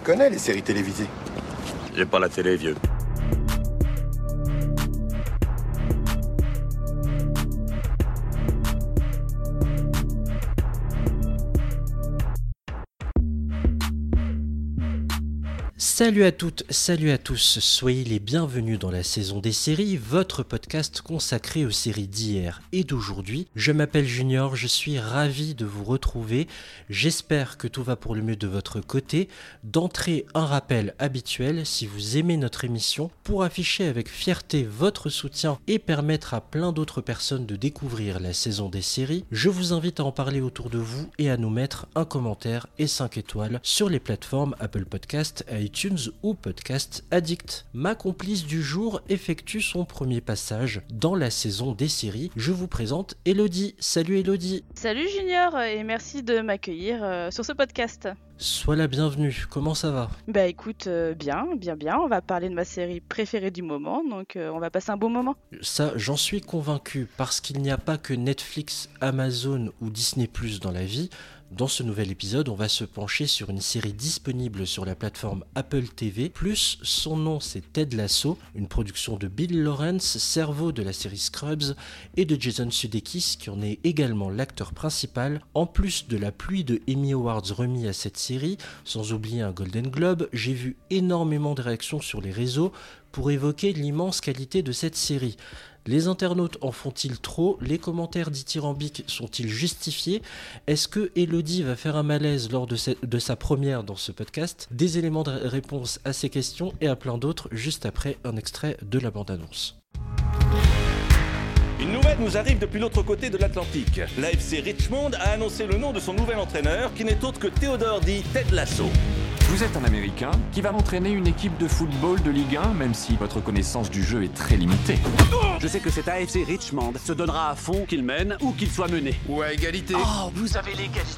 connais les séries télévisées. J'ai pas la télé, vieux. Salut à toutes, salut à tous, soyez les bienvenus dans la saison des séries, votre podcast consacré aux séries d'hier et d'aujourd'hui. Je m'appelle Junior, je suis ravi de vous retrouver, j'espère que tout va pour le mieux de votre côté. D'entrée, un rappel habituel, si vous aimez notre émission, pour afficher avec fierté votre soutien et permettre à plein d'autres personnes de découvrir la saison des séries, je vous invite à en parler autour de vous et à nous mettre un commentaire et 5 étoiles sur les plateformes Apple Podcast, iTunes ou Podcast Addict. Ma complice du jour effectue son premier passage dans la saison des séries. Je vous présente Elodie. Salut Elodie. Salut Junior et merci de m'accueillir sur ce podcast. Sois la bienvenue, comment ça va ? Bah écoute, bien, on va parler de ma série préférée du moment, donc on va passer un bon moment. Ça, j'en suis convaincu, parce qu'il n'y a pas que Netflix, Amazon ou Disney+ dans la vie. Dans ce nouvel épisode, on va se pencher sur une série disponible sur la plateforme Apple TV+. Son nom, c'est Ted Lasso, une production de Bill Lawrence, cerveau de la série Scrubs, et de Jason Sudeikis, qui en est également l'acteur principal. En plus de la pluie de Emmy Awards remis à cette série, sans oublier un Golden Globe, j'ai vu énormément de réactions sur les réseaux pour évoquer l'immense qualité de cette série. Les internautes en font-ils trop ? Les commentaires dithyrambiques sont-ils justifiés ? Est-ce que Elodie va faire un malaise lors de sa première dans ce podcast ? Des éléments de réponse à ces questions et à plein d'autres juste après un extrait de la bande-annonce. Une nouvelle nous arrive depuis l'autre côté de l'Atlantique. L'AFC Richmond a annoncé le nom de son nouvel entraîneur qui n'est autre que Théodore dit Ted Lasso. Vous êtes un Américain qui va entraîner une équipe de football de Ligue 1, même si votre connaissance du jeu est très limitée. Je sais que cet AFC Richmond se donnera à fond qu'il mène ou qu'il soit mené. Ou à égalité. Oh, vous avez l'égalité.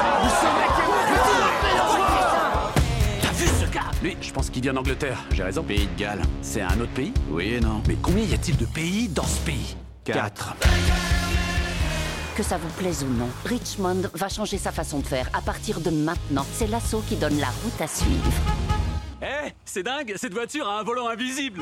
T'as vu ce gars ? Lui, je pense qu'il vient d'Angleterre. J'ai raison. Pays de Galles. C'est un autre pays ? Oui et non. Mais combien y a-t-il de pays dans ce pays ? 4. Que ça vous plaise ou non, Richmond va changer sa façon de faire. À partir de maintenant, c'est Lasso qui donne la route à suivre. Eh, c'est dingue, cette voiture a un volant invisible.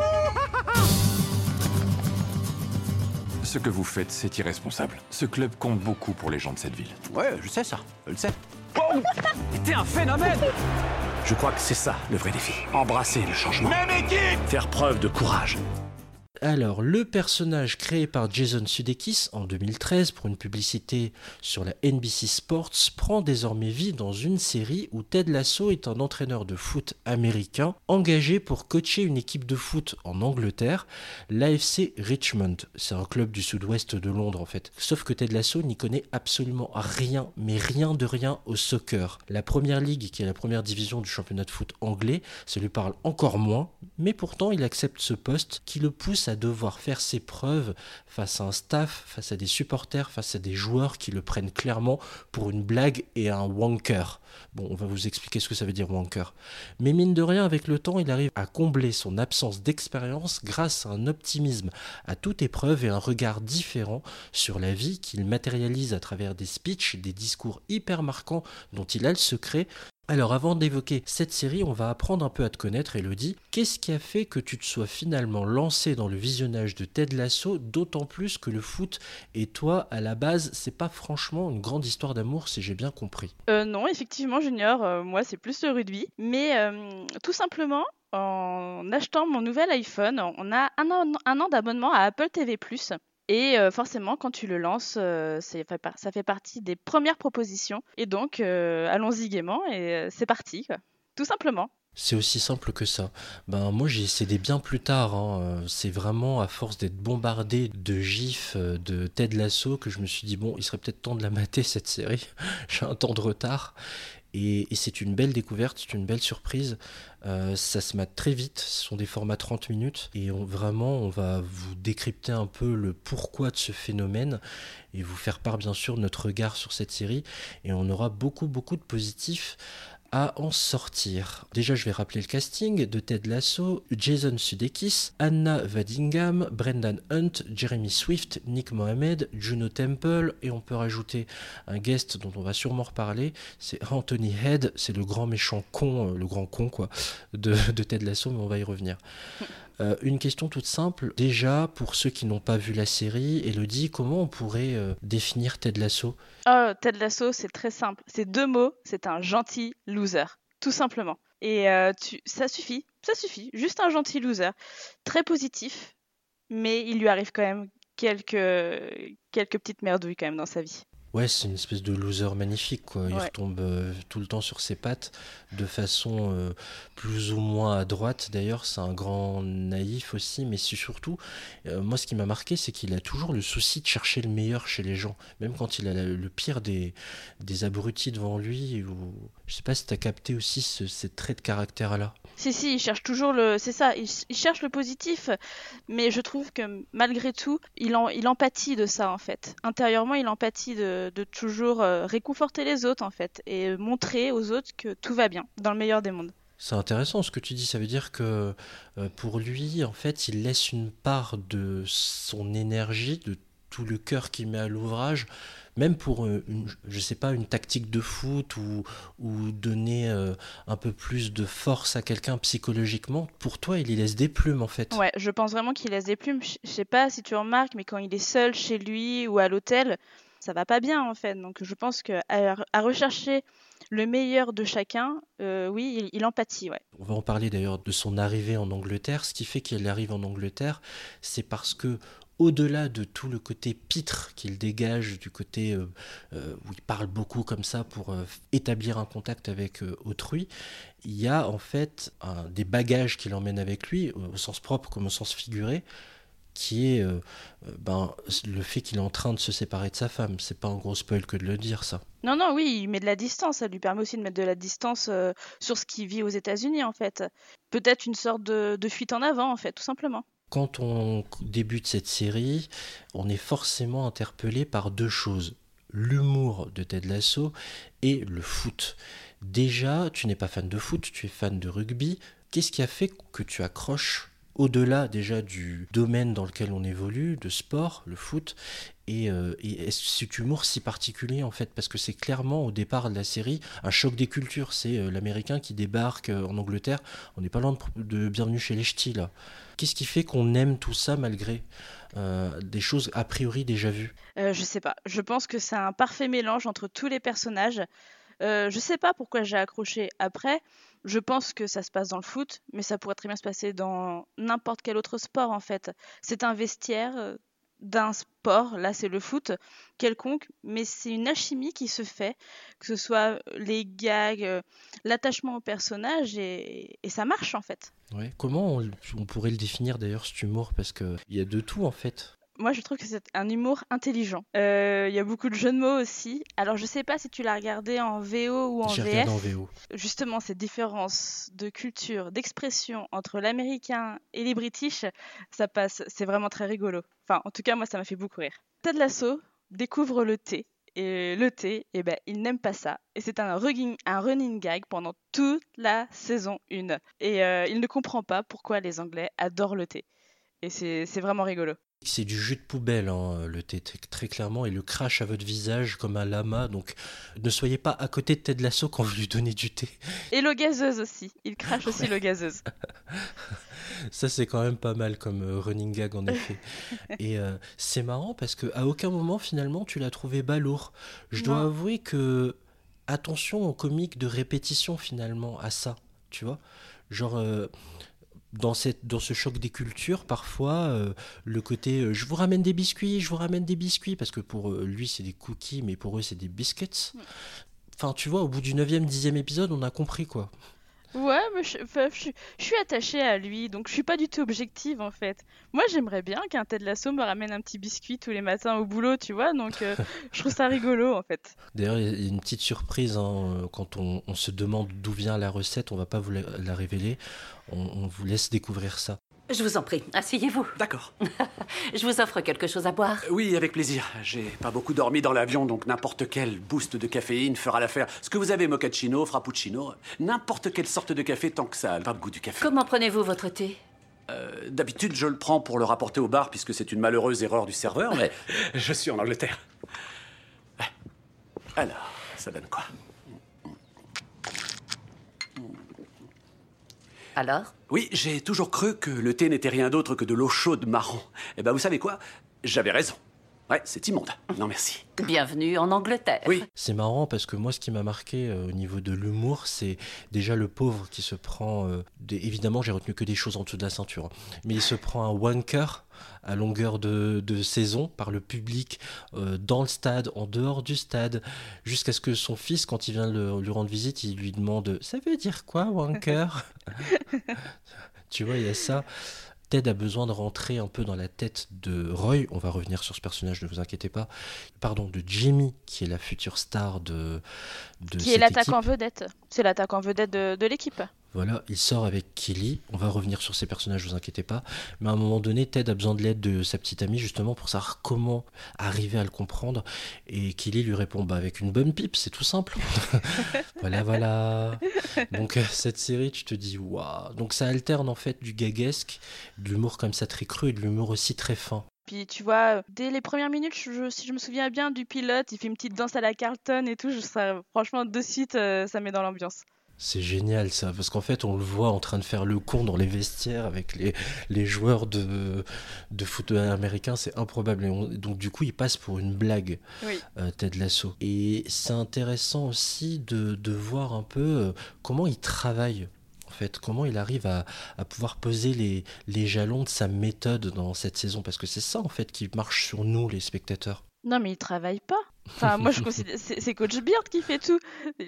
Ce que vous faites, c'est irresponsable. Ce club compte beaucoup pour les gens de cette ville. Ouais, je sais ça, je le sais. Oh, t'es un phénomène. Je crois que c'est ça, le vrai défi. Embrasser le changement. Même équipe. Faire preuve de courage. Alors, le personnage créé par Jason Sudeikis en 2013 pour une publicité sur la NBC Sports prend désormais vie dans une série où Ted Lasso est un entraîneur de foot américain engagé pour coacher une équipe de foot en Angleterre, l'AFC Richmond. C'est un club du sud-ouest de Londres en fait. Sauf que Ted Lasso n'y connaît absolument rien, mais rien de rien au soccer. La première ligue, qui est la première division du championnat de foot anglais, ça lui parle encore moins, mais pourtant il accepte ce poste qui le pousse à devoir faire ses preuves face à un staff, face à des supporters, face à des joueurs qui le prennent clairement pour une blague et un wanker. Bon, on va vous expliquer ce que ça veut dire wanker. Mais mine de rien, avec le temps, il arrive à combler son absence d'expérience grâce à un optimisme à toute épreuve et un regard différent sur la vie qu'il matérialise à travers des speeches, des discours hyper marquants dont il a le secret. Alors avant d'évoquer cette série, on va apprendre un peu à te connaître, Elodie. Qu'est-ce qui a fait que tu te sois finalement lancé dans le visionnage de Ted Lasso, d'autant plus que le foot et toi, à la base, c'est pas franchement une grande histoire d'amour, si j'ai bien compris. Non, effectivement Junior, moi c'est plus le rugby, mais tout simplement, en achetant mon nouvel iPhone, on a un an d'abonnement à Apple TV+. Et forcément, quand tu le lances, ça fait partie des premières propositions. Et donc, allons-y gaiement et c'est parti, quoi. Tout simplement. C'est aussi simple que ça. Moi j'ai cédé bien plus tard, c'est vraiment à force d'être bombardé de gifs de Ted Lasso que je me suis dit il serait peut-être temps de la mater cette série, j'ai un temps de retard. Et c'est une belle découverte, c'est une belle surprise. Ça se mate très vite, ce sont des formats 30 minutes. Et on va vous décrypter un peu le pourquoi de ce phénomène et vous faire part bien sûr de notre regard sur cette série. Et on aura beaucoup de positifs à en sortir. Déjà, je vais rappeler le casting de Ted Lasso: Jason Sudeikis, Anna Waddingham, Brendan Hunt, Jeremy Swift, Nick Mohammed, Juno Temple, et on peut rajouter un guest dont on va sûrement reparler, c'est Anthony Head, c'est le grand méchant con, le grand con quoi, de Ted Lasso, mais on va y revenir. Une question toute simple, déjà pour ceux qui n'ont pas vu la série, Elodie, comment on pourrait définir Ted Lasso ? Oh, Ted Lasso, c'est très simple. C'est 2 mots, c'est un gentil loser, tout simplement. Et ça suffit, juste un gentil loser. Très positif, mais il lui arrive quand même quelques petites merdouilles quand même dans sa vie. Ouais, c'est une espèce de loser magnifique, quoi. Il Ouais. retombe tout le temps sur ses pattes, de façon plus ou moins à droite. D'ailleurs, c'est un grand naïf aussi, mais c'est surtout, moi, ce qui m'a marqué, c'est qu'il a toujours le souci de chercher le meilleur chez les gens. Même quand il a le pire des abrutis devant lui, ou je sais pas si t'as capté aussi ces traits de caractère-là. Si, il cherche toujours c'est ça, il cherche le positif, mais je trouve que malgré tout, il empathie de ça en fait. Intérieurement, il empathie de toujours réconforter les autres en fait, et montrer aux autres que tout va bien, dans le meilleur des mondes. C'est intéressant ce que tu dis, ça veut dire que pour lui, en fait, il laisse une part de son énergie, de tout le cœur qu'il met à l'ouvrage, même pour je sais pas, une tactique de foot ou donner un peu plus de force à quelqu'un psychologiquement. Pour toi, il y laisse des plumes en fait. Ouais, je pense vraiment qu'il laisse des plumes. Je sais pas si tu remarques, mais quand il est seul chez lui ou à l'hôtel, ça va pas bien en fait. Donc je pense que à rechercher le meilleur de chacun, oui, il empathie, ouais. On va en parler d'ailleurs de son arrivée en Angleterre. Ce qui fait qu'il arrive en Angleterre, c'est parce que au-delà de tout le côté pitre qu'il dégage, du côté où il parle beaucoup comme ça pour établir un contact avec autrui, il y a en fait des bagages qu'il emmène avec lui, au sens propre comme au sens figuré, qui est le fait qu'il est en train de se séparer de sa femme. C'est pas un gros spoil que de le dire, ça. Non, oui, il met de la distance. Ça lui permet aussi de mettre de la distance sur ce qu'il vit aux États-Unis, en fait. Peut-être une sorte de fuite en avant, en fait, tout simplement. Quand on débute cette série, on est forcément interpellé par 2 choses. L'humour de Ted Lasso et le foot. Déjà, tu n'es pas fan de foot, tu es fan de rugby. Qu'est-ce qui a fait que tu accroches au-delà déjà du domaine dans lequel on évolue, de sport, le foot, et cet humour si particulier en fait, parce que c'est clairement au départ de la série un choc des cultures, c'est l'Américain qui débarque en Angleterre, on n'est pas loin de Bienvenue chez les Ch'tis là. Qu'est-ce qui fait qu'on aime tout ça malgré des choses a priori déjà vues? Je sais pas, je pense que c'est un parfait mélange entre tous les personnages. Je sais pas pourquoi j'ai accroché après. Je pense que ça se passe dans le foot, mais ça pourrait très bien se passer dans n'importe quel autre sport en fait. C'est un vestiaire d'un sport, là c'est le foot, quelconque, mais c'est une alchimie qui se fait, que ce soit les gags, l'attachement au personnage, et ça marche en fait. Ouais. Comment on pourrait le définir d'ailleurs cet humour, parce qu'il y a de tout en fait. Moi, je trouve que c'est un humour intelligent. Il y a beaucoup de jeux de mots aussi. Alors, je sais pas si tu l'as regardé en VO ou en J'ai VF. regardé en VO. Justement, ces différences de culture, d'expression entre l'américain et les british, ça passe. C'est vraiment très rigolo. Enfin, en tout cas, moi, ça m'a fait beaucoup rire. Ted Lasso découvre le thé. Et le thé, il n'aime pas ça. Et c'est un running gag pendant toute la saison 1. Et il ne comprend pas pourquoi les Anglais adorent le thé. Et c'est vraiment rigolo. C'est du jus de poubelle, hein, le thé, très clairement, et le crache à votre visage comme un lama, donc ne soyez pas à côté de Ted Lasso quand vous lui donnez du thé. Et l'eau gazeuse aussi, il crache aussi l'eau gazeuse. Ça c'est quand même pas mal comme running gag en effet. Et c'est marrant parce qu'à aucun moment finalement tu l'as trouvé balourd. Je dois avouer que, attention aux comiques de répétition finalement, à ça, tu vois, genre... Dans ce choc des cultures, parfois, le côté je vous ramène des biscuits, parce que pour lui c'est des cookies, mais pour eux c'est des biscuits. Enfin, tu vois, au bout du 9e, 10e épisode, on a compris quoi. Ouais, mais je suis attachée à lui, donc je suis pas du tout objective en fait. Moi j'aimerais bien qu'un Ted Lasso me ramène un petit biscuit tous les matins au boulot, tu vois, donc je trouve ça rigolo en fait. D'ailleurs, il y a une petite surprise, hein, quand on se demande d'où vient la recette, on va pas vous la révéler, on vous laisse découvrir ça. Je vous en prie, asseyez-vous. D'accord. Je vous offre quelque chose à boire. Oui, avec plaisir. J'ai pas beaucoup dormi dans l'avion, donc n'importe quel boost de caféine fera l'affaire. Ce que vous avez, mochaccino, frappuccino, n'importe quelle sorte de café tant que ça a pas le goût du café. Comment prenez-vous votre thé ? D'habitude, je le prends pour le rapporter au bar puisque c'est une malheureuse erreur du serveur, mais je suis en Angleterre. Alors, ça donne quoi ? Alors ? Oui, j'ai toujours cru que le thé n'était rien d'autre que de l'eau chaude marron. Eh ben, vous savez quoi ? J'avais raison. Ouais, c'est immonde. Non, merci. Bienvenue en Angleterre. Oui. C'est marrant parce que moi, ce qui m'a marqué au niveau de l'humour, c'est déjà le pauvre qui se prend... Évidemment, j'ai retenu que des choses en dessous de la ceinture. Mais il se prend un wanker à longueur de saison par le public, dans le stade, en dehors du stade, jusqu'à ce que son fils, quand il vient lui rendre visite, il lui demande « Ça veut dire quoi, wanker ?» Tu vois, il y a ça. Ted a besoin de rentrer un peu dans la tête de Roy. On va revenir sur ce personnage, ne vous inquiétez pas. Pardon, de Jimmy, qui est la future star de qui est l'attaquant vedette. C'est l'attaquant vedette de l'équipe. Voilà, il sort avec Kelly. On va revenir sur ces personnages, ne vous inquiétez pas. Mais à un moment donné, Ted a besoin de l'aide de sa petite amie, justement, pour savoir comment arriver à le comprendre. Et Kelly lui répond, avec une bonne pipe, c'est tout simple. Voilà. Donc, cette série, tu te dis, waouh. Donc, ça alterne, en fait, du gaguesque, de l'humour comme ça très cru et de l'humour aussi très fin. Puis tu vois, dès les premières minutes, si je me souviens bien du pilote, il fait une petite danse à la Carlton et tout. Franchement, de suite, ça met dans l'ambiance. C'est génial ça, parce qu'en fait on le voit en train de faire le con dans les vestiaires avec les joueurs de foot américain, c'est improbable. Donc du coup il passe pour une blague, oui. Ted Lasso. Et c'est intéressant aussi de voir un peu comment il travaille. En fait, comment il arrive à pouvoir poser les jalons de sa méthode dans cette saison, parce que c'est ça en fait qui marche sur nous les spectateurs. Non mais il travaille pas. Enfin, moi je considère c'est Coach Beard qui fait tout.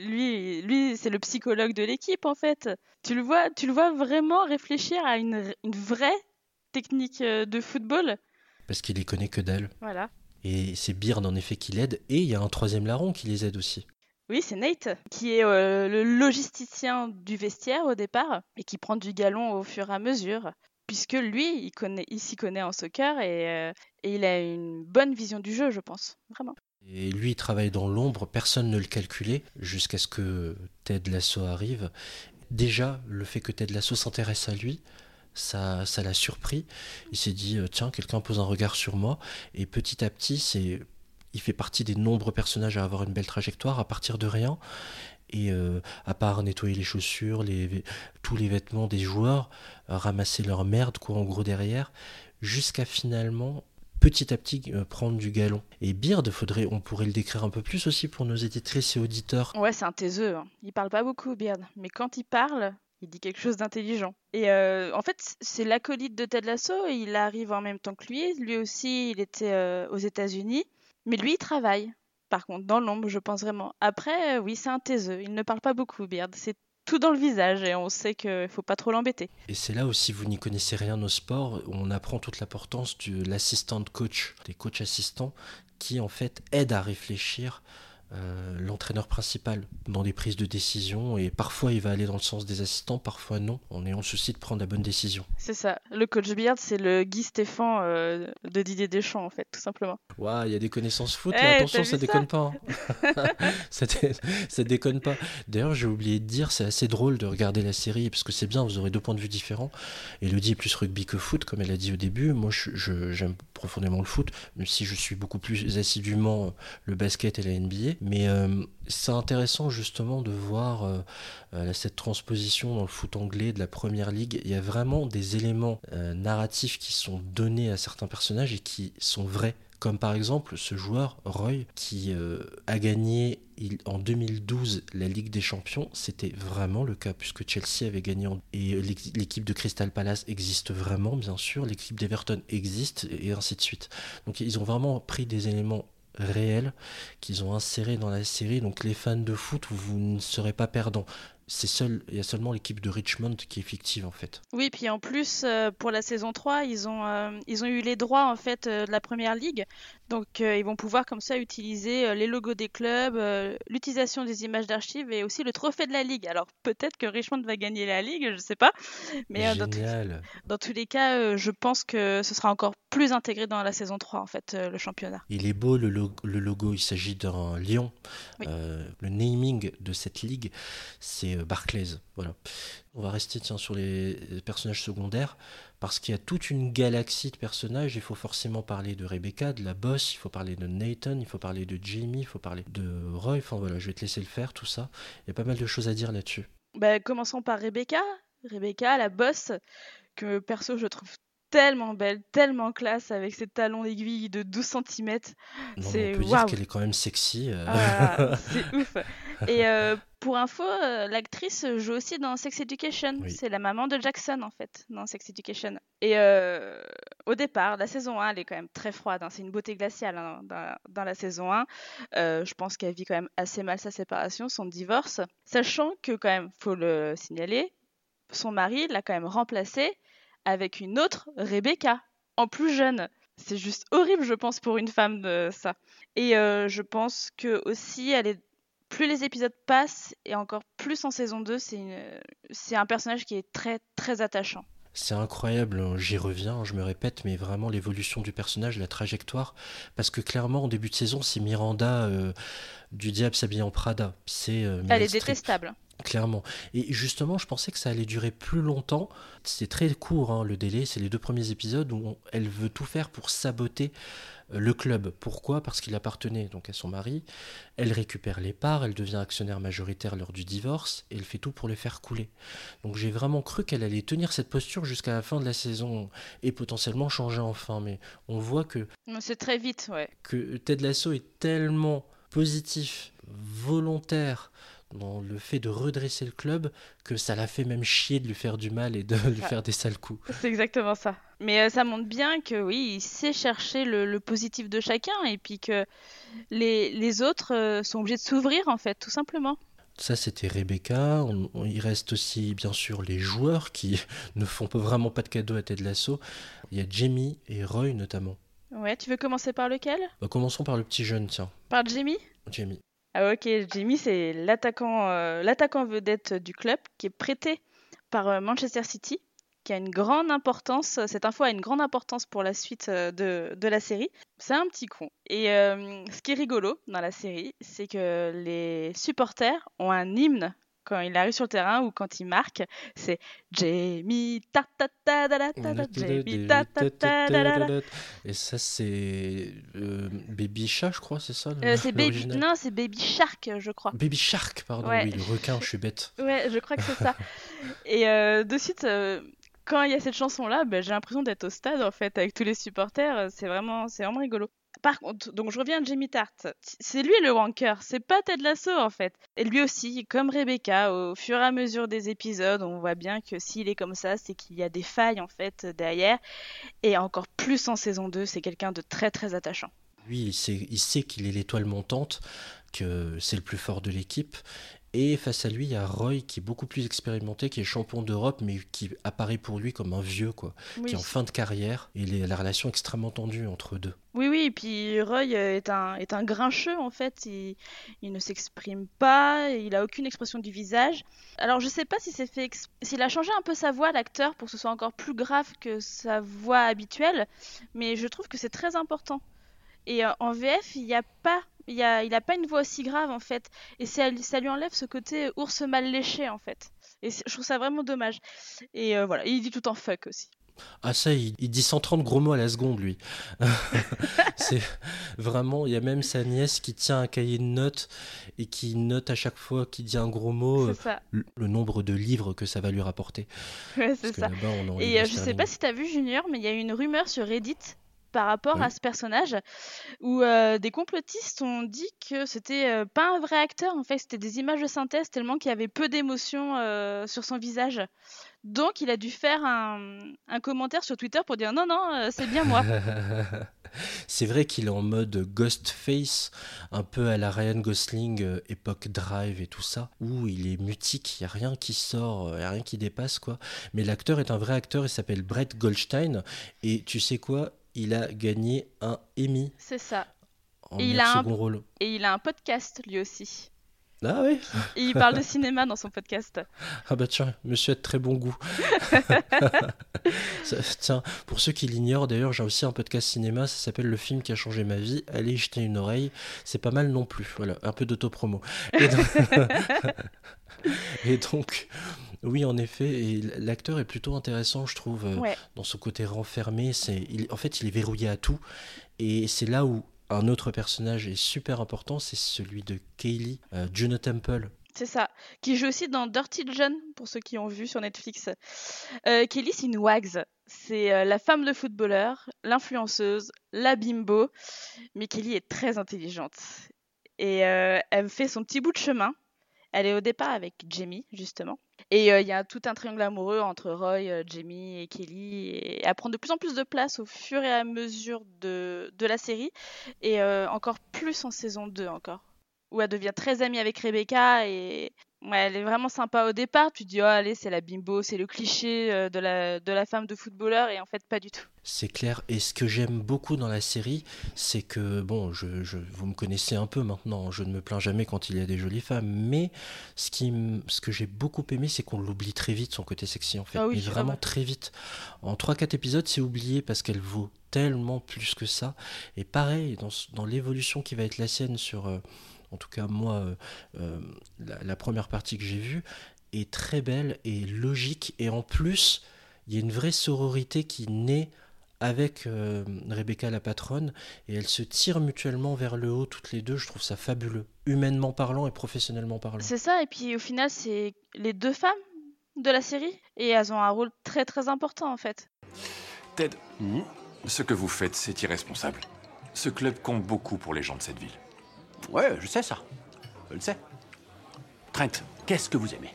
Lui c'est le psychologue de l'équipe en fait. Tu le vois vraiment réfléchir à une vraie technique de football. Parce qu'il y connaît que dalle. Voilà. Et c'est Beard en effet qui l'aide, et il y a un troisième larron qui les aide aussi. Oui, c'est Nate, qui est le logisticien du vestiaire au départ, et qui prend du galon au fur et à mesure. Puisque lui, il s'y connaît en soccer, et il a une bonne vision du jeu, je pense. Vraiment. Et lui, il travaille dans l'ombre, personne ne le calculait, jusqu'à ce que Ted Lasso arrive. Déjà, le fait que Ted Lasso s'intéresse à lui, ça l'a surpris. Il s'est dit, tiens, quelqu'un pose un regard sur moi. Et petit à petit, il fait partie des nombreux personnages à avoir une belle trajectoire à partir de rien. Et à part nettoyer les chaussures, tous les vêtements des joueurs, ramasser leur merde, quoi, en gros derrière, jusqu'à finalement... petit à petit prendre du galon. Et Beard, on pourrait le décrire un peu plus aussi pour nos éditrices et auditeurs. Ouais, c'est un taiseux. Hein. Il parle pas beaucoup, Beard. Mais quand il parle, il dit quelque chose d'intelligent. Et en fait, c'est l'acolyte de Ted Lasso. Il arrive en même temps que lui. Lui aussi, il était aux États-Unis. Mais lui, il travaille. Par contre, dans l'ombre, je pense vraiment. Après, oui, c'est un taiseux. Il ne parle pas beaucoup, Beard. C'est tout dans le visage et on sait qu'il ne faut pas trop l'embêter. Et c'est là où, si vous n'y connaissez rien au sport, on apprend toute l'importance de l'assistant coach, des coachs assistants, qui en fait aident à réfléchir l'entraîneur principal dans des prises de décision, et parfois il va aller dans le sens des assistants, parfois non, en ayant le souci de prendre la bonne décision. C'est ça, le coach Beard, c'est le Guy Stéphane de Didier Deschamps en fait, tout simplement. Waouh, il y a des connaissances foot, là, attention, ça déconne pas. Hein. ça déconne pas. D'ailleurs, j'ai oublié de dire, c'est assez drôle de regarder la série, parce que c'est bien, vous aurez deux points de vue différents. Elodie est plus rugby que foot, comme elle a dit au début. Moi, j'aime profondément le foot, même si je suis beaucoup plus assidûment le basket et la NBA. Mais c'est intéressant justement de voir cette transposition dans le foot anglais de la Première Ligue. Il y a vraiment des éléments narratifs qui sont donnés à certains personnages et qui sont vrais. Comme par exemple ce joueur, Roy, qui a gagné en 2012 la Ligue des Champions. C'était vraiment le cas, puisque Chelsea avait gagné. Et l'équipe de Crystal Palace existe vraiment, bien sûr. L'équipe d'Everton existe, et ainsi de suite. Donc ils ont vraiment pris des éléments réels qu'ils ont insérés dans la série. Donc les fans de foot, vous ne serez pas perdants. Il y a seulement l'équipe de Richmond qui est fictive en fait. Oui, puis en plus pour la saison 3, ils ont eu les droits en fait de la Première Ligue. Donc ils vont pouvoir comme ça utiliser les logos des clubs, l'utilisation des images d'archives et aussi le trophée de la Ligue. Alors peut-être que Richmond va gagner la Ligue, je sais pas. Mais Génial. dans tous les cas, je pense que ce sera encore plus intégré dans la saison 3, en fait, le championnat. Il est beau le logo, il s'agit d'un lion. Oui. Le naming de cette ligue, c'est Barclays. Voilà. On va rester sur les personnages secondaires parce qu'il y a toute une galaxie de personnages. Il faut forcément parler de Rebecca, de la boss, il faut parler de Nathan, il faut parler de Jamie, il faut parler de Roy. Enfin voilà, je vais te laisser le faire, tout ça. Il y a pas mal de choses à dire là-dessus. Commençons par Rebecca. Rebecca, la boss, que perso je trouve tellement belle, tellement classe, avec ses talons d'aiguille de 12 cm. On C'est peut dire qu'elle est quand même sexy. c'est ouf. Et pour info, l'actrice joue aussi dans Sex Education. Oui. C'est la maman de Jackson, en fait, dans Sex Education. Et au départ, la saison 1, elle est quand même très froide. C'est une beauté glaciale dans la saison 1. Je pense qu'elle vit quand même assez mal sa séparation, son divorce. Sachant que, quand même, faut le signaler, son mari l'a quand même remplacée avec une autre, Rebecca, en plus jeune. C'est juste horrible, je pense, pour une femme de ça. Et je pense que aussi, plus les épisodes passent, et encore plus en saison 2, c'est un personnage qui est très, très attachant. C'est incroyable, j'y reviens, je me répète, mais vraiment l'évolution du personnage, la trajectoire, parce que clairement, en début de saison, c'est Miranda du diable s'habille en Prada. Elle est détestable. Clairement. Et justement, je pensais que ça allait durer plus longtemps. C'est très court, le délai. C'est les 2 premiers épisodes où elle veut tout faire pour saboter le club. Pourquoi ? Parce qu'il appartenait donc à son mari. Elle récupère les parts, elle devient actionnaire majoritaire lors du divorce et elle fait tout pour les faire couler. Donc j'ai vraiment cru qu'elle allait tenir cette posture jusqu'à la fin de la saison et potentiellement changer enfin. Mais on voit que C'est très vite, ouais. Que Ted Lasso est tellement positif, volontaire dans le fait de redresser le club que ça l'a fait même chier de lui faire du mal et de lui faire des sales coups. C'est exactement ça. Mais ça montre bien que oui, il sait chercher le positif de chacun et puis que les autres sont obligés de s'ouvrir en fait, tout simplement. Ça, c'était Rebecca. Il reste aussi, bien sûr, les joueurs qui ne font vraiment pas de cadeaux à Ted Lasso. Il y a Jamie et Roy, notamment. Ouais, tu veux commencer par lequel ? Commençons par le petit jeune, tiens. Par Jamie ? Jamie. Ah ok, Jamie, c'est l'attaquant vedette du club qui est prêté par Manchester City, qui a une grande importance. Cette info a une grande importance pour la suite de la série. C'est un petit con. Et ce qui est rigolo dans la série, c'est que les supporters ont un hymne quand il arrive sur le terrain ou quand il marque. C'est Jamie ta ta ta ta ta ta Jamie ta ta ta ta ta. Et ça, c'est Baby Shark, je crois, c'est ça c'est Baby Shark, je crois. Baby Shark, pardon, ouais. Oui, le requin, je suis bête. Ouais, je crois que c'est ça. Et de suite, quand il y a cette chanson-là, j'ai l'impression d'être au stade, en fait, avec tous les supporters. C'est vraiment rigolo. Par contre, donc je reviens à Jamie Tart. C'est lui le wanker, c'est pas Ted Lasso, en fait. Et lui aussi, comme Rebecca, au fur et à mesure des épisodes, on voit bien que s'il est comme ça, c'est qu'il y a des failles, en fait, derrière. Et encore plus en saison 2, c'est quelqu'un de très, très attachant. Lui, il sait qu'il est l'étoile montante, que c'est le plus fort de l'équipe. Et face à lui, il y a Roy qui est beaucoup plus expérimenté, qui est champion d'Europe, mais qui apparaît pour lui comme un vieux, quoi, qui est en fin de carrière. Et la relation extrêmement tendue entre eux deux. Oui, et puis Roy est un grincheux, en fait. Il ne s'exprime pas, il a aucune expression du visage. Alors, je sais pas si s'il a changé un peu sa voix, l'acteur, pour que ce soit encore plus grave que sa voix habituelle, mais je trouve que c'est très important. Et en VF, il a pas une voix aussi grave, en fait. Et ça lui enlève ce côté ours mal léché, en fait. Et je trouve ça vraiment dommage. Et voilà, il dit tout en fuck aussi. Ah ça, il dit 130 gros mots à la seconde, lui. C'est vraiment, il y a même sa nièce qui tient un cahier de notes et qui note à chaque fois qu'il dit un gros mot le nombre de livres que ça va lui rapporter. Ouais, c'est ça. Et je sais pas si t'as vu, Junior, mais il y a une rumeur sur Reddit par rapport à ce personnage où des complotistes ont dit que c'était pas un vrai acteur, en fait c'était des images de synthèse tellement qu'il y avait peu d'émotion sur son visage. Donc il a dû faire un commentaire sur Twitter pour dire non, c'est bien moi. C'est vrai qu'il est en mode ghost face, un peu à la Ryan Gosling, époque Drive et tout ça, où il est mutique, il n'y a rien qui sort, il n'y a rien qui dépasse, quoi. Mais l'acteur est un vrai acteur, il s'appelle Brett Goldstein, et tu sais quoi ? il a gagné un Emmy C'est ça. en Et il meilleur a second rôle. Et il a un podcast lui aussi. Ah oui. Et il parle de cinéma dans son podcast. Ah bah tiens, monsieur a de très bon goût. Tiens, pour ceux qui l'ignorent, d'ailleurs, j'ai aussi un podcast cinéma, ça s'appelle Le film qui a changé ma vie. Allez y jeter une oreille, c'est pas mal non plus. Voilà, un peu d'autopromo. Et donc, oui, en effet, et l'acteur est plutôt intéressant, je trouve, Ouais. dans son côté renfermé. En fait, il est verrouillé à tout. Et c'est là où un autre personnage est super important, c'est celui de Kaylee, Juno Temple. C'est ça. Qui joue aussi dans Dirty John, pour ceux qui ont vu sur Netflix. Kelly, c'est une wags. C'est la femme de footballeur, l'influenceuse, la bimbo. Mais Kelly est très intelligente. Et elle fait son petit bout de chemin. Elle est au départ avec Jamie, justement. Et il y a tout un triangle amoureux entre Roy, Jamie et Kelly. Et elle prend de plus en plus de place au fur et à mesure de la série. Et encore plus en saison 2 encore. Où elle devient très amie avec Rebecca. Et ouais, elle est vraiment sympa au départ. Tu te dis, oh allez, c'est la bimbo, c'est le cliché de la femme de footballeur. Et en fait, pas du tout. C'est clair. Et ce que j'aime beaucoup dans la série, c'est que, bon, vous me connaissez un peu maintenant, je ne me plains jamais quand il y a des jolies femmes, mais ce que j'ai beaucoup aimé, c'est qu'on l'oublie très vite, son côté sexy, en fait. Ah oui, Mais vraiment ouais. très vite. En 3-4 épisodes, c'est oublié parce qu'elle vaut tellement plus que ça. Et pareil, dans l'évolution qui va être la sienne sur, en tout cas moi, la première partie que j'ai vue, est très belle et logique. Et en plus, il y a une vraie sororité qui naît avec Rebecca la patronne, et elles se tirent mutuellement vers le haut toutes les deux. Je trouve ça fabuleux, humainement parlant et professionnellement parlant. C'est ça, et puis au final, c'est les deux femmes de la série, et elles ont un rôle très très important en fait. Ted, ce que vous faites, c'est irresponsable. Ce club compte beaucoup pour les gens de cette ville. Ouais, je sais ça. Je le sais. Trent, qu'est-ce que vous aimez?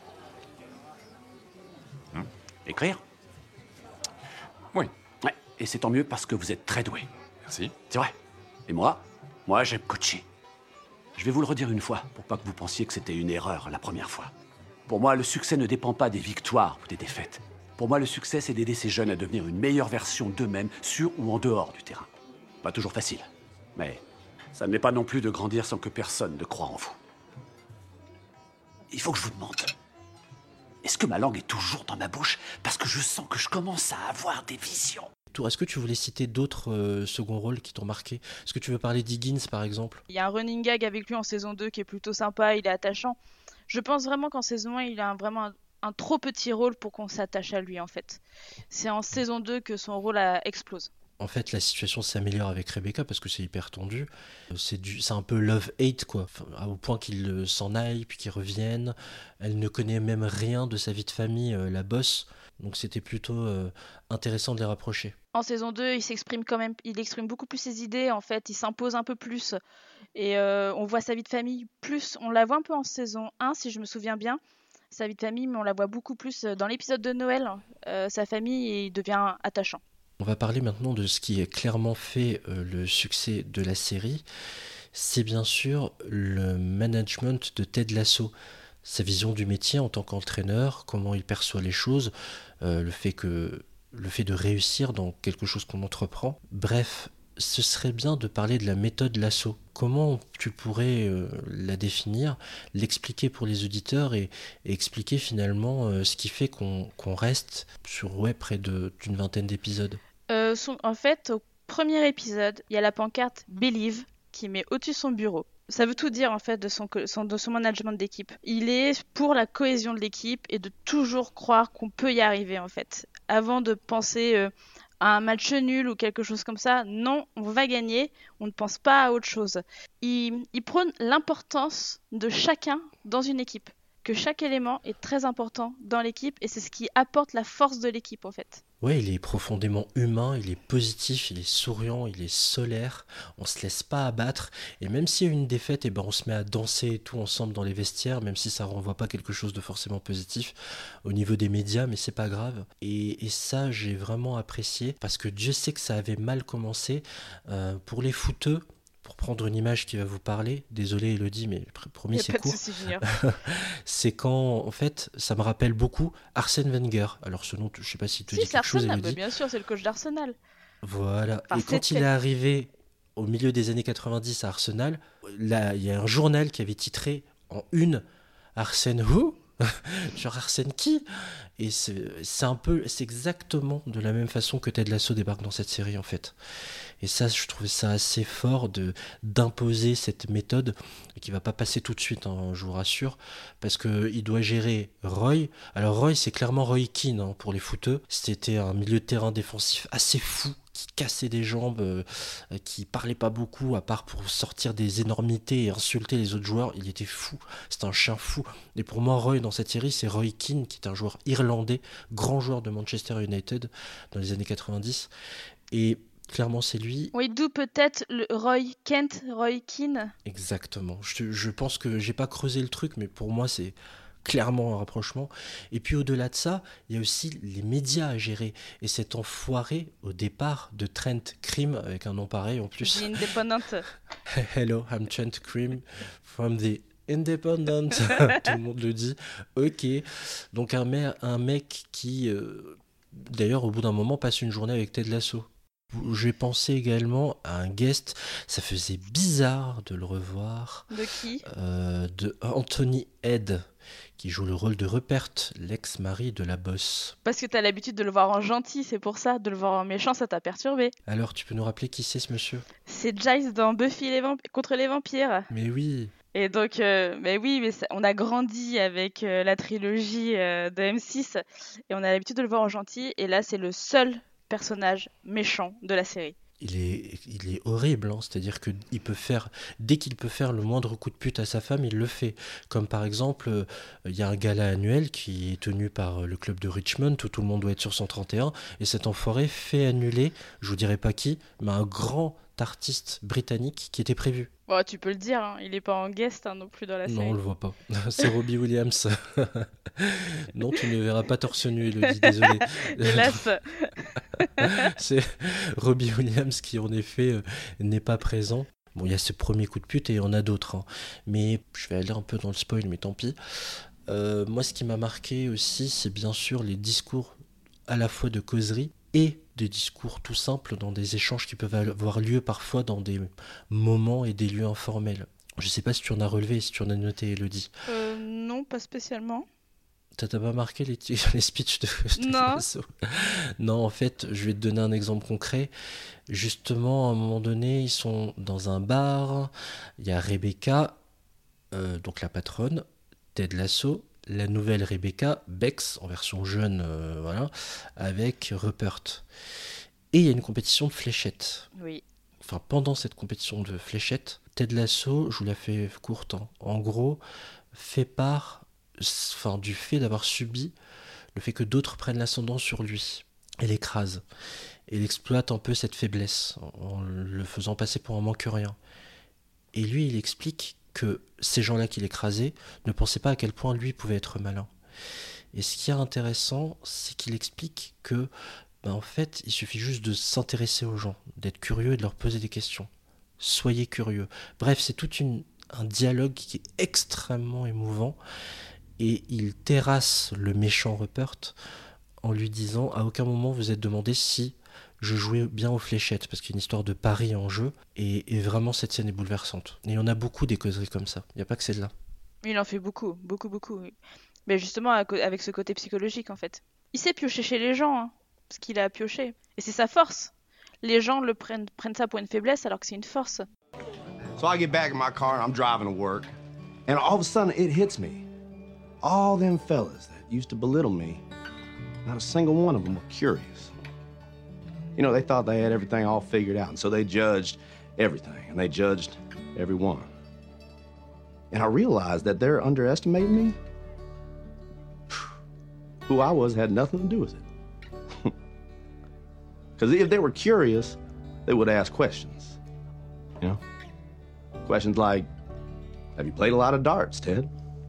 Écrire? Oui, Ouais, et c'est tant mieux parce que vous êtes très doué. merci. C'est vrai. Et moi j'aime coacher. Je vais vous le redire une fois, pour pas que vous pensiez que c'était une erreur la première fois. Pour moi, le succès ne dépend pas des victoires ou des défaites. Pour moi, le succès, c'est d'aider ces jeunes à devenir une meilleure version d'eux-mêmes, sur ou en dehors du terrain. Pas toujours facile, mais ça ne l'est pas non plus de grandir sans que personne ne croie en vous. Il faut que je vous demande, est-ce que ma langue est toujours dans ma bouche? Parce que je sens que je commence à avoir des visions. Est-ce que tu voulais citer d'autres seconds rôles qui t'ont marqué? Est-ce que tu veux parler d'Higgins par exemple? Il y a un running gag avec lui en saison 2 qui est plutôt sympa, il est attachant. Je pense vraiment qu'en saison 1, il a vraiment un trop petit rôle pour qu'on s'attache à lui en fait. C'est en saison 2 que son rôle explose. En fait, la situation s'améliore avec Rebecca parce que c'est hyper tendu. C'est un peu love-hate, quoi. Enfin, au point qu'il s'en aille, puis qu'il revienne. Elle ne connaît même rien de sa vie de famille, la bosse. Donc c'était plutôt intéressant de les rapprocher. En saison 2, il s'exprime quand même, il exprime beaucoup plus ses idées en fait, il s'impose un peu plus. Et on voit sa vie de famille plus, on la voit un peu en saison 1 si je me souviens bien, sa vie de famille, mais on la voit beaucoup plus dans l'épisode de Noël. Sa famille, il devient attachant. On va parler maintenant de ce qui a clairement fait le succès de la série. C'est bien sûr le management de Ted Lasso. Sa vision du métier en tant qu'entraîneur, comment il perçoit les choses, le fait de réussir dans quelque chose qu'on entreprend. Bref, ce serait bien de parler de la méthode Lasso. Comment tu pourrais la définir, l'expliquer pour les auditeurs et expliquer finalement ce qui fait qu'on reste sur près d'une vingtaine d'épisodes. En fait, au premier épisode, il y a la pancarte Believe qui met au-dessus de son bureau. Ça veut tout dire en fait de son management d'équipe. Il est pour la cohésion de l'équipe et de toujours croire qu'on peut y arriver en fait. Avant de penser à un match nul ou quelque chose comme ça, non, on va gagner, on ne pense pas à autre chose. Il prône l'importance de chacun dans une équipe, que chaque élément est très important dans l'équipe et c'est ce qui apporte la force de l'équipe en fait. Ouais, il est profondément humain, il est positif, il est souriant, il est solaire, on se laisse pas abattre, et même s'il y a une défaite, on se met à danser et tout ensemble dans les vestiaires, même si ça renvoie pas quelque chose de forcément positif au niveau des médias, mais c'est pas grave. Et ça, j'ai vraiment apprécié, parce que Dieu sait que ça avait mal commencé. Pour les footeux, pour prendre une image qui va vous parler, désolé Elodie, mais promis c'est court. C'est quand, en fait, ça me rappelle beaucoup Arsène Wenger. Alors ce nom, je sais pas si tu dis quelque chose, Elodie. Bien sûr, c'est le coach d'Arsenal. Voilà. Enfin, Et quand il est arrivé au milieu des années 90 à Arsenal, là, il y a un journal qui avait titré en une Arsène who genre Arsène qui? Et c'est exactement de la même façon que Ted Lasso débarque dans cette série en fait. Et ça, je trouvais ça assez fort d'imposer cette méthode qui va pas passer tout de suite, hein, je vous rassure, parce que il doit gérer Roy. Alors Roy, c'est clairement Roy Keane, hein, pour les footeux. C'était un milieu de terrain défensif assez fou, qui cassait des jambes, qui parlait pas beaucoup, à part pour sortir des énormités et insulter les autres joueurs. Il était fou, c'était un chien fou. Et pour moi, Roy dans cette série, c'est Roy Keane, qui est un joueur irlandais, grand joueur de Manchester United dans les années 90. Et clairement, c'est lui. Oui, d'où peut-être le Roy Kent, Roy Keane. Exactement. Je pense que j'ai pas creusé le truc, mais pour moi, c'est clairement un rapprochement. Et puis au-delà de ça, il y a aussi les médias à gérer. Et cet enfoiré au départ de Trent Cream, avec un nom pareil en plus. The Independent. Hello, I'm Trent Cream from the Independent. Tout le monde le dit. Ok. Donc un mec qui, d'ailleurs, au bout d'un moment, passe une journée avec Ted Lasso. J'ai pensé également à un guest, ça faisait bizarre de le revoir. De qui ? De Anthony Head, qui joue le rôle de Rupert, l'ex-mari de la boss. Parce que t'as l'habitude de le voir en gentil, c'est pour ça. De le voir en méchant, ça t'a perturbé. Alors, tu peux nous rappeler qui c'est ce monsieur ? C'est Giles dans Buffy contre les vampires. Mais oui. Et donc, on a grandi avec la trilogie de M6 et on a l'habitude de le voir en gentil. Et là, c'est le seul personnage méchant de la série. Il est horrible, hein. C'est-à-dire que dès qu'il peut faire le moindre coup de pute à sa femme, il le fait. Comme par exemple, il y a un gala annuel qui est tenu par le club de Richmond, où tout le monde doit être sur 131, et cet enfoiré fait annuler, je vous dirai pas qui, mais un grand artiste britannique qui était prévu. Bon, tu peux le dire, hein, il est pas en guest non plus dans la série. Non, on le voit pas. C'est Robbie Williams. Non, tu ne verras pas torse nu, Elodie, désolé. Hélas. C'est Robbie Williams qui, en effet, n'est pas présent. Bon, il y a ce premier coup de pute et il y en a d'autres, hein. Mais je vais aller un peu dans le spoil, mais tant pis. Moi, ce qui m'a marqué aussi, c'est bien sûr les discours à la fois de causerie et des discours tout simples dans des échanges qui peuvent avoir lieu parfois dans des moments et des lieux informels. Je sais pas si tu en as relevé, si tu en as noté, Elodie. Non, pas spécialement. T'as pas marqué les speeches de Non. Non, en fait, je vais te donner un exemple concret. Justement, à un moment donné, ils sont dans un bar. Il y a Rebecca, donc la patronne, Ted Lasso, la nouvelle Rebecca, Bex, en version jeune, voilà, avec Rupert. Et il y a une compétition de fléchettes. Oui. Enfin, pendant cette compétition de fléchettes, Ted Lasso, je vous la fais courte, hein, en gros, fait part du fait d'avoir subi le fait que d'autres prennent l'ascendant sur lui et l'écrasent. Et il exploite un peu cette faiblesse en le faisant passer pour un manque-rien. Et lui, il explique que ces gens-là qui l'écrasaient ne pensaient pas à quel point lui pouvait être malin. Et ce qui est intéressant, c'est qu'il explique que, en fait, il suffit juste de s'intéresser aux gens, d'être curieux et de leur poser des questions. Soyez curieux. Bref, c'est tout un dialogue qui est extrêmement émouvant. Et il terrasse le méchant Rupert en lui disant « À aucun moment vous êtes demandé si je jouais bien aux fléchettes » parce qu'il y a une histoire de pari en jeu. Et vraiment, cette scène est bouleversante. Et il y en a beaucoup des causeries comme ça. Il n'y a pas que celle-là. Il en fait beaucoup. Mais justement, avec ce côté psychologique, en fait. Il sait piocher chez les gens, hein, ce qu'il a pioché. Et c'est sa force. Les gens prennent ça pour une faiblesse alors que c'est une force. So I get back in my car and I'm driving to work. And all of a sudden it hits me. All them fellas that used to belittle me, not a single one of them were curious. You know, they thought they had everything all figured out, and so they judged everything, and they judged everyone. And I realized that they're underestimating me. Who I was had nothing to do with it. Because if they were curious, they would ask questions. You know? Questions like, have you played a lot of darts, Ted?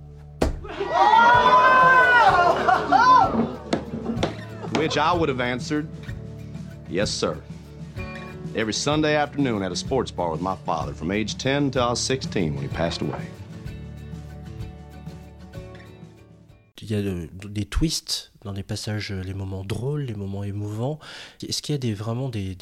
To which I would have answered, yes, sir. Every Sunday afternoon at a sports bar with my father from age 10 till I was 16 when he passed away. il y a des twists dans les passages, les moments drôles, les moments émouvants. Est-ce qu'il y a vraiment des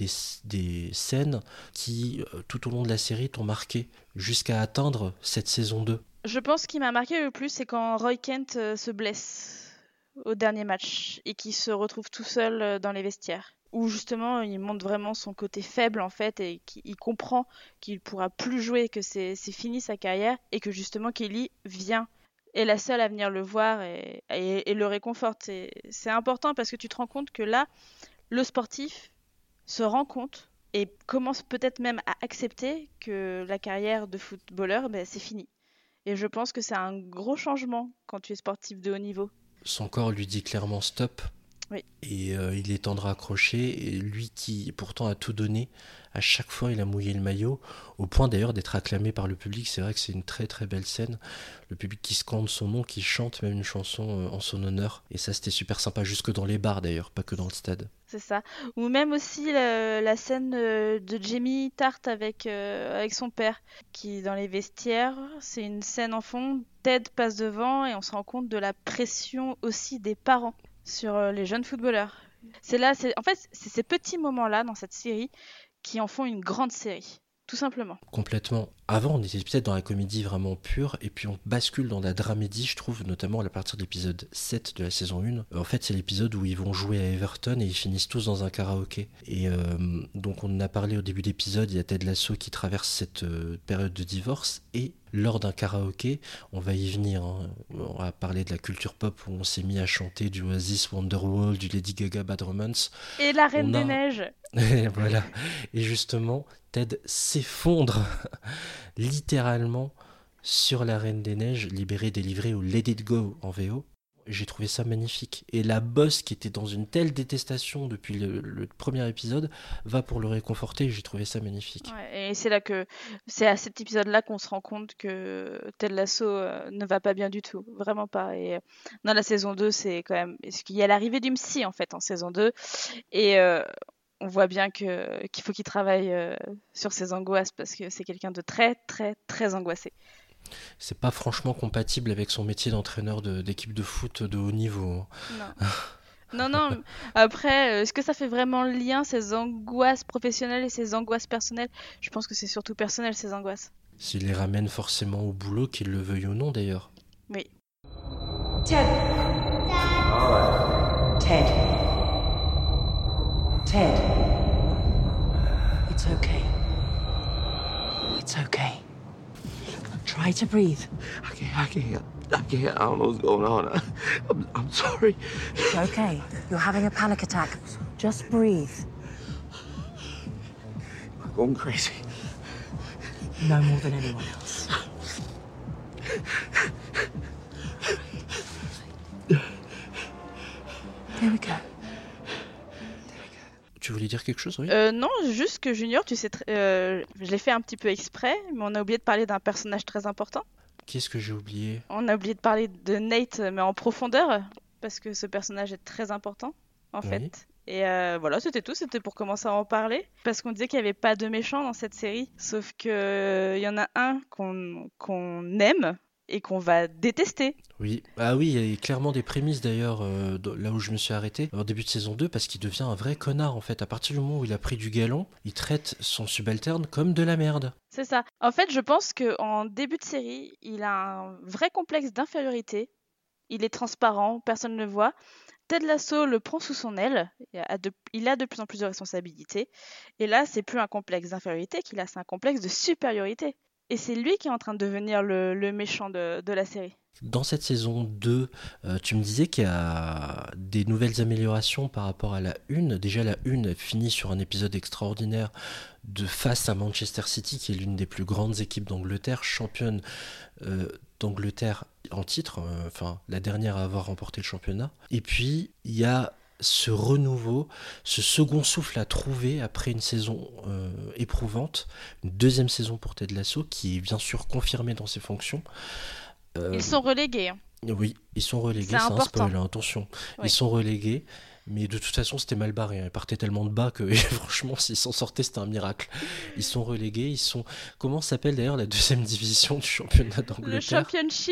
scènes qui, tout au long de la série, t'ont marqué jusqu'à atteindre cette saison 2 ? Je pense qu'il m'a marqué le plus, c'est quand Roy Kent se blesse au dernier match et qu'il se retrouve tout seul dans les vestiaires. Où justement, il montre vraiment son côté faible en fait et qu'il comprend qu'il pourra plus jouer, que c'est fini sa carrière et que justement Kelly vient, est la seule à venir le voir et le réconforte. C'est important parce que tu te rends compte que là, le sportif se rend compte et commence peut-être même à accepter que la carrière de footballeur, c'est fini. Et je pense que c'est un gros changement quand tu es sportif de haut niveau. Son corps lui dit clairement stop. Oui. Et il est temps de raccrocher. Et lui qui pourtant a tout donné, à chaque fois il a mouillé le maillot, au point d'ailleurs d'être acclamé par le public. C'est vrai que c'est une très très belle scène. Le public qui scande son nom, qui chante même une chanson en son honneur. Et ça c'était super sympa, jusque dans les bars d'ailleurs, pas que dans le stade. C'est ça. Ou même aussi la scène de Jamie Tart avec son père, qui dans les vestiaires, c'est une scène en fond. Ted passe devant et on se rend compte de la pression aussi des parents sur les jeunes footballeurs. En fait, c'est ces petits moments-là dans cette série qui en font une grande série, tout simplement. Complètement. Avant, on était peut-être dans la comédie vraiment pure, et puis on bascule dans la dramédie, je trouve, notamment à partir de l'épisode 7 de la saison 1. En fait, c'est l'épisode où ils vont jouer à Everton et ils finissent tous dans un karaoké. Et donc, on en a parlé au début d'épisode, il y a Ted Lasso qui traverse cette période de divorce, et lors d'un karaoké, on va y venir, hein. On va parler de la culture pop où on s'est mis à chanter du Oasis, Wonderwall, du Lady Gaga, Bad Romance. Et la Reine des Neiges. Et voilà. Et justement, Ted s'effondre littéralement sur la Reine des Neiges, libérée, délivrée, ou Let It Go en VO. J'ai trouvé ça magnifique. Et la boss, qui était dans une telle détestation depuis le premier épisode, va pour le réconforter. J'ai trouvé ça magnifique. Ouais, et c'est à cet épisode-là qu'on se rend compte que Ted Lasso ne va pas bien du tout. Vraiment pas. Et dans la saison 2, c'est quand même... Parce qu'il y a l'arrivée du psy, en fait, en saison 2. Et on voit bien qu'il faut qu'il travaille sur ses angoisses parce que c'est quelqu'un de très, très, très angoissé. C'est pas franchement compatible avec son métier d'entraîneur d'équipe de foot de haut niveau. Non. Après, est-ce que ça fait vraiment le lien, ses angoisses professionnelles et ses angoisses personnelles ? Je pense que c'est surtout personnel, ces angoisses. S'il les ramène forcément au boulot, qu'il le veuille ou non d'ailleurs. Oui. Ted. Ted. Ted. It's okay. It's okay. Try to breathe. I can't. I don't know what's going on. I'm sorry. It's okay. You're having a panic attack. Just breathe. I'm going crazy. No more than anyone else. There we go. Tu voulais dire quelque chose, oui ? Non, juste que Junior, tu sais, je l'ai fait un petit peu exprès, mais on a oublié de parler d'un personnage très important. Qu'est-ce que j'ai oublié ? On a oublié de parler de Nate, mais en profondeur, parce que ce personnage est très important, en fait. Et voilà, c'était tout, c'était pour commencer à en parler. Parce qu'on disait qu'il n'y avait pas de méchants dans cette série, sauf qu'il y en a un qu'on aime et qu'on va détester. Oui, il y a clairement des prémices d'ailleurs, là où je me suis arrêté, au début de saison 2, parce qu'il devient un vrai connard en fait. À partir du moment où il a pris du galon, il traite son subalterne comme de la merde. C'est ça. En fait, je pense qu'en début de série, il a un vrai complexe d'infériorité. Il est transparent, personne ne le voit. Ted Lasso le prend sous son aile, il a de plus en plus de responsabilités. Et là, c'est plus un complexe d'infériorité qu'il a, c'est un complexe de supériorité. Et c'est lui qui est en train de devenir le méchant de la série. Dans cette saison 2, tu me disais qu'il y a des nouvelles améliorations par rapport à la 1. Déjà, la 1 finit sur un épisode extraordinaire face à Manchester City, qui est l'une des plus grandes équipes d'Angleterre, championne d'Angleterre en titre, la dernière à avoir remporté le championnat. Et puis, il y a ce renouveau, ce second souffle à trouver après une saison éprouvante, une deuxième saison pour Ted Lasso, qui est bien sûr confirmée dans ses fonctions. Ils sont relégués. Hein. Oui, ils sont relégués, c'est un spoil, attention. Oui. Ils sont relégués, mais de toute façon c'était mal barré. Ils partaient tellement de bas que franchement, s'ils s'en sortaient, c'était un miracle. Ils sont relégués, comment s'appelle d'ailleurs la deuxième division du championnat d'Angleterre ? Le Championship.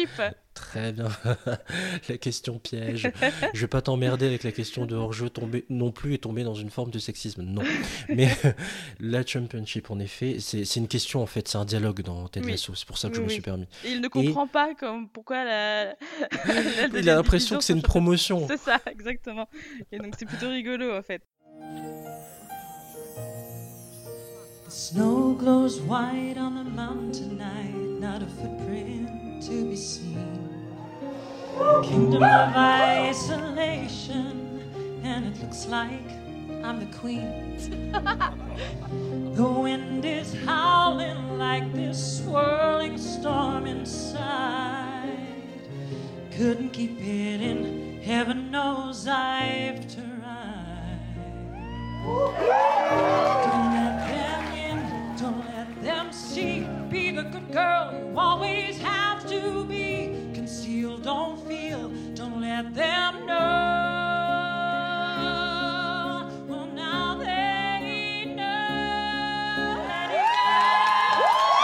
Très bien. La question piège. Je vais pas t'emmerder avec la question de hors-jeu tomber non plus et tomber dans une forme de sexisme. Non. Mais la championship, en effet, c'est une question en fait. C'est un dialogue dans Ted Lasso. C'est pour ça que je me suis permis. Et il ne comprend pas pourquoi il a l'impression que c'est une promotion. C'est ça, exactement. Et donc c'est plutôt rigolo en fait. The snow glows white on the mountain tonight, not a footprint to be seen. Kingdom of isolation, and it looks like I'm the queen. The wind is howling like this swirling storm inside. Couldn't keep it in, heaven knows I've tried. Don't let them in, don't let them see. Be the good girl you always have to be. Conceal, don't feel, don't let them know. Well, now they know. Let it go.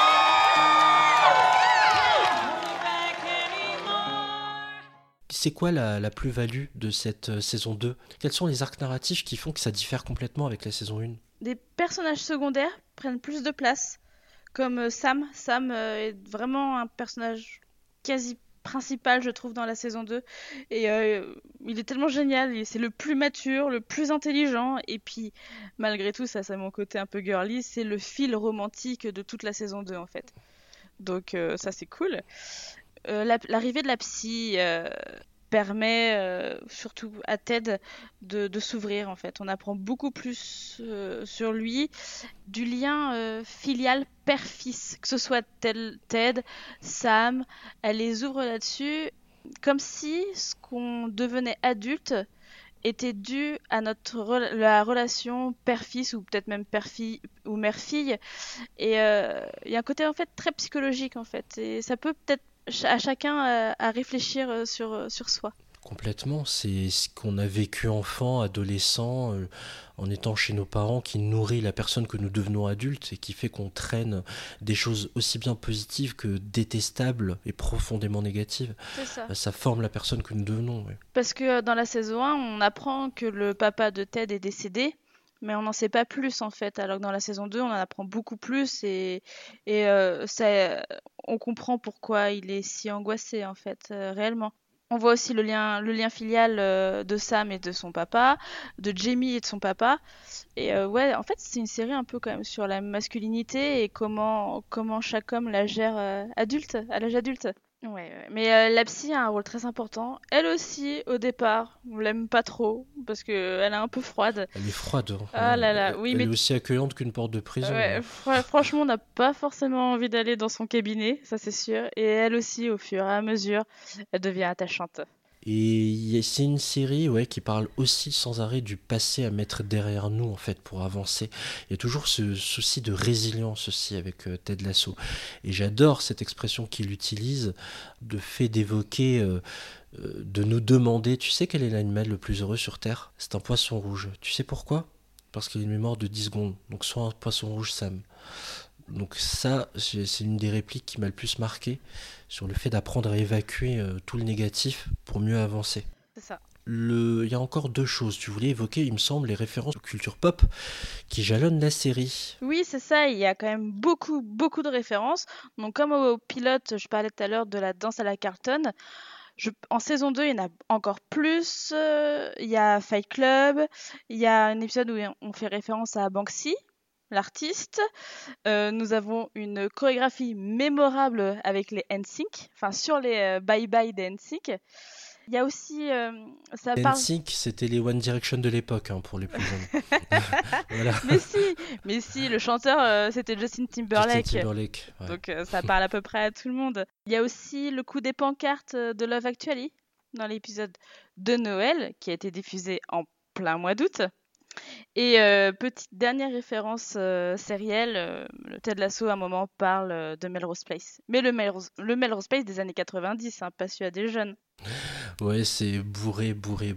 Can't hold it back anymore. C'est quoi la plus-value de cette saison 2 ? Quels sont les arcs narratifs qui font que ça diffère complètement avec la saison 1 ? Des personnages secondaires prennent plus de place, comme Sam. Sam est vraiment un personnage quasi principal, je trouve, dans la saison 2. Et il est tellement génial, c'est le plus mature, le plus intelligent. Et puis, malgré tout, ça c'est mon côté un peu girly, c'est le fil romantique de toute la saison 2, en fait. Donc ça, c'est cool. L'arrivée de la psy permet surtout à Ted de s'ouvrir, en fait. On apprend beaucoup plus sur lui, du lien filial père-fils, que ce soit Ted, Sam, elle les ouvre là-dessus, comme si ce qu'on devenait adulte était dû à la relation père-fils, ou peut-être même père-fille ou mère-fille. Et il y a un côté en fait très psychologique, en fait, et ça peut peut-être à chacun à réfléchir sur soi. Complètement, c'est ce qu'on a vécu enfant, adolescent, en étant chez nos parents, qui nourrit la personne que nous devenons adultes et qui fait qu'on traîne des choses aussi bien positives que détestables et profondément négatives. C'est ça. Ça forme la personne que nous devenons. Ouais. Parce que dans la saison 1, on apprend que le papa de Ted est décédé, mais on n'en sait pas plus en fait, alors que dans la saison 2, on en apprend beaucoup plus et on comprend pourquoi il est si angoissé en fait, réellement. On voit aussi le lien filial de Sam et de son papa, de Jamie et de son papa. Et ouais, en fait, c'est une série un peu quand même sur la masculinité et comment chaque homme la gère à l'âge adulte. Ouais. Mais la psy a un rôle très important. Elle aussi, au départ, on l'aime pas trop parce qu'elle est un peu froide. Elle est froide. Ah là là, oui, elle est aussi accueillante qu'une porte de prison. Ouais, franchement, on n'a pas forcément envie d'aller dans son cabinet, ça c'est sûr. Et elle aussi, au fur et à mesure, elle devient attachante. Et c'est une série qui parle aussi sans arrêt du passé à mettre derrière nous en fait pour avancer. Il y a toujours ce souci de résilience aussi avec Ted Lasso. Et j'adore cette expression qu'il utilise, de fait d'évoquer, de nous demander, tu sais quel est l'animal le plus heureux sur Terre ? C'est un poisson rouge. Tu sais pourquoi ? Parce qu'il a une mémoire de 10 secondes. Donc soit un poisson rouge, Sam. Donc ça, c'est une des répliques qui m'a le plus marqué sur le fait d'apprendre à évacuer tout le négatif pour mieux avancer. C'est ça. Il y a encore deux choses. Tu voulais évoquer, il me semble, les références aux culture pop qui jalonnent la série. Oui, c'est ça. Il y a quand même beaucoup de références. Donc comme au pilote, je parlais tout à l'heure de la danse à la Carlton. En saison 2, il y en a encore plus. Il y a Fight Club. Il y a un épisode où on fait référence à Banksy, l'artiste. Nous avons une chorégraphie mémorable avec les NSYNC, enfin sur les Bye Bye des NSYNC. Il y a aussi NSYNC, c'était les One Direction de l'époque, pour les plus jeunes. Voilà. Mais si, le chanteur c'était Justin Timberlake. Ouais. Donc ça parle à peu près à tout le monde. Il y a aussi le coup des pancartes de Love Actually dans l'épisode de Noël qui a été diffusé en plein mois d'août. Et petite dernière référence sérielle, le Ted Lasso à un moment parle de Melrose Place. Mais le Melrose Place des années 90, pas celui des jeunes. Ouais, c'est bourré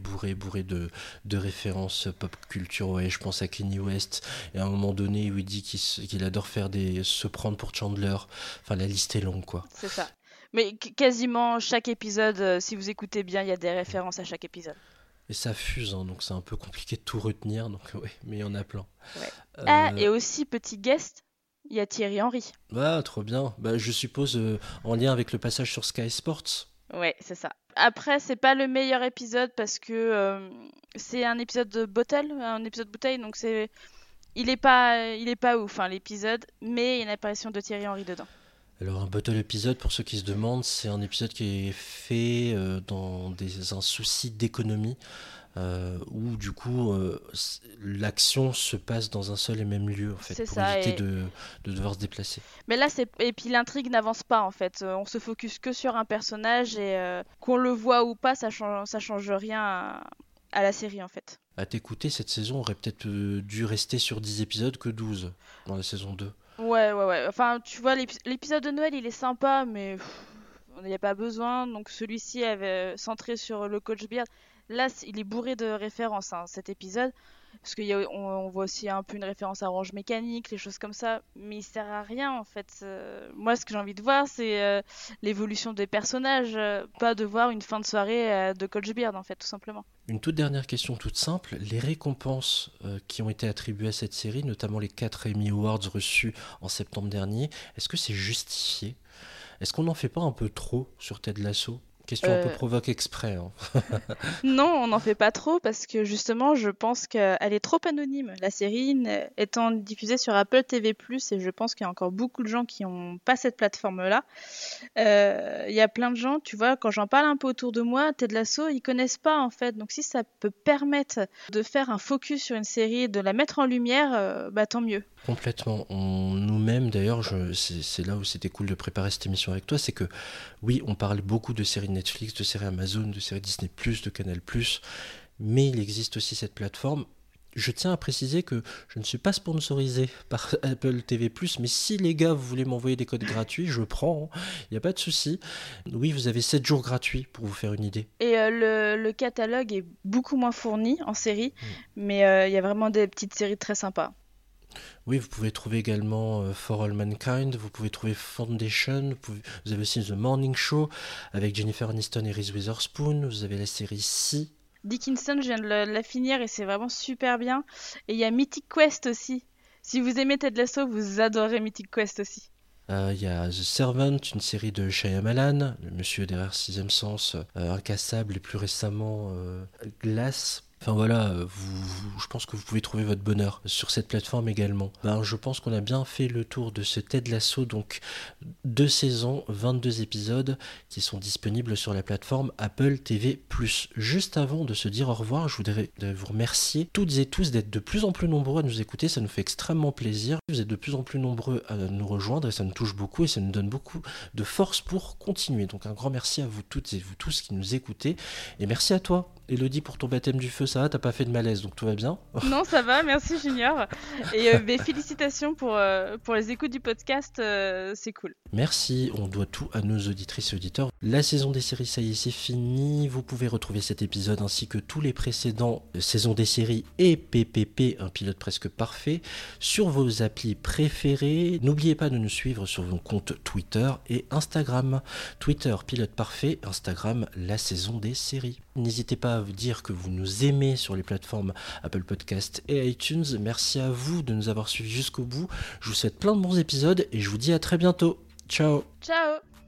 de références pop culture. Ouais, je pense à Kanye West. Et à un moment donné où il dit qu'il adore se prendre pour Chandler. Enfin, la liste est longue, quoi. C'est ça. Mais quasiment chaque épisode, si vous écoutez bien, il y a des références à chaque épisode. Et ça fuse, hein, donc c'est un peu compliqué de tout retenir, donc ouais, mais il y en a plein. Ouais. Et aussi, petit guest, il y a Thierry Henry. Ah, trop bien. Je suppose en lien avec le passage sur Sky Sports. Ouais, c'est ça. Après, c'est pas le meilleur épisode parce que c'est un épisode de bouteille, donc il est pas ouf, hein, l'épisode, mais il y a une apparition de Thierry Henry dedans. Alors un bottle épisode, pour ceux qui se demandent, c'est un épisode qui est fait dans un souci d'économie, où du coup l'action se passe dans un seul et même lieu, en fait, c'est pour ça, éviter de devoir se déplacer. Mais là, et puis l'intrigue n'avance pas, en fait. On se focus que sur un personnage et qu'on le voit ou pas, ça change rien à la série, en fait. À t'écouter, cette saison aurait peut-être dû rester sur 10 épisodes que 12 dans la saison 2. Ouais. Enfin, tu vois, l'épisode de Noël, il est sympa, mais on n'y a pas besoin. Donc celui-ci avait centré sur le coach Beard. Là, il est bourré de références, hein, cet épisode. Parce qu'on voit aussi un peu une référence à Orange Mécanique, les choses comme ça. Mais il sert à rien, en fait. Moi, ce que j'ai envie de voir, c'est l'évolution des personnages. Pas de voir une fin de soirée de coach Beard, en fait, tout simplement. Une toute dernière question toute simple. Les récompenses qui ont été attribuées à cette série, notamment les 4 Emmy Awards reçus en septembre dernier, est-ce que c'est justifié ? Est-ce qu'on n'en fait pas un peu trop sur Ted Lasso ? Question un peu provoque exprès. Hein. Non, on n'en fait pas trop parce que justement, je pense qu'elle est trop anonyme. La série étant diffusée sur Apple TV+, et je pense qu'il y a encore beaucoup de gens qui n'ont pas cette plateforme-là. Il y a plein de gens, tu vois, quand j'en parle un peu autour de moi, Ted Lasso, ils connaissent pas en fait. Donc si ça peut permettre de faire un focus sur une série, de la mettre en lumière, tant mieux. Complètement. Nous-mêmes, d'ailleurs, c'est là où c'était cool de préparer cette émission avec toi, c'est que oui, on parle beaucoup de séries Netflix, de séries Amazon, de séries Disney+, de Canal+, mais il existe aussi cette plateforme. Je tiens à préciser que je ne suis pas sponsorisé par Apple TV+, mais si les gars, vous voulez m'envoyer des codes gratuits, je prends, il n'y a pas de souci. Oui, vous avez 7 jours gratuits pour vous faire une idée. Et le catalogue est beaucoup moins fourni en série, mais il y a vraiment des petites séries très sympas. Oui, vous pouvez trouver également For All Mankind, vous pouvez trouver Foundation, vous avez aussi The Morning Show avec Jennifer Aniston et Reese Witherspoon, vous avez la série Si. Dickinson, je viens de la finir et c'est vraiment super bien. Et il y a Mythic Quest aussi. Si vous aimez Ted Lasso, vous adorez Mythic Quest aussi. Il y a The Servant, une série de Shyamalan, le monsieur derrière Sixième Sens, Incassable et plus récemment Glass. Enfin voilà, je pense que vous pouvez trouver votre bonheur sur cette plateforme également. Je pense qu'on a bien fait le tour de ce Ted Lasso, donc 2 saisons, 22 épisodes qui sont disponibles sur la plateforme Apple TV+. Juste avant de se dire au revoir, je voudrais vous remercier toutes et tous d'être de plus en plus nombreux à nous écouter, ça nous fait extrêmement plaisir. Vous êtes de plus en plus nombreux à nous rejoindre et ça nous touche beaucoup et ça nous donne beaucoup de force pour continuer. Donc un grand merci à vous toutes et vous tous qui nous écoutez et merci à toi. Elodie, pour ton baptême du feu, ça va, t'as pas fait de malaise, donc tout va bien? Non, ça va, merci Junior. Et félicitations pour les écoutes du podcast, c'est cool. Merci, on doit tout à nos auditrices et auditeurs. La saison des séries, ça y est, c'est fini. Vous pouvez retrouver cet épisode ainsi que tous les précédents saisons des séries et PPP, un pilote presque parfait, sur vos applis préférés. N'oubliez pas de nous suivre sur vos comptes Twitter et Instagram. Twitter, pilote parfait, Instagram, la saison des séries. N'hésitez pas à vous dire que vous nous aimez sur les plateformes Apple Podcast et iTunes. Merci à vous de nous avoir suivis jusqu'au bout. Je vous souhaite plein de bons épisodes et je vous dis à très bientôt. Ciao. Ciao.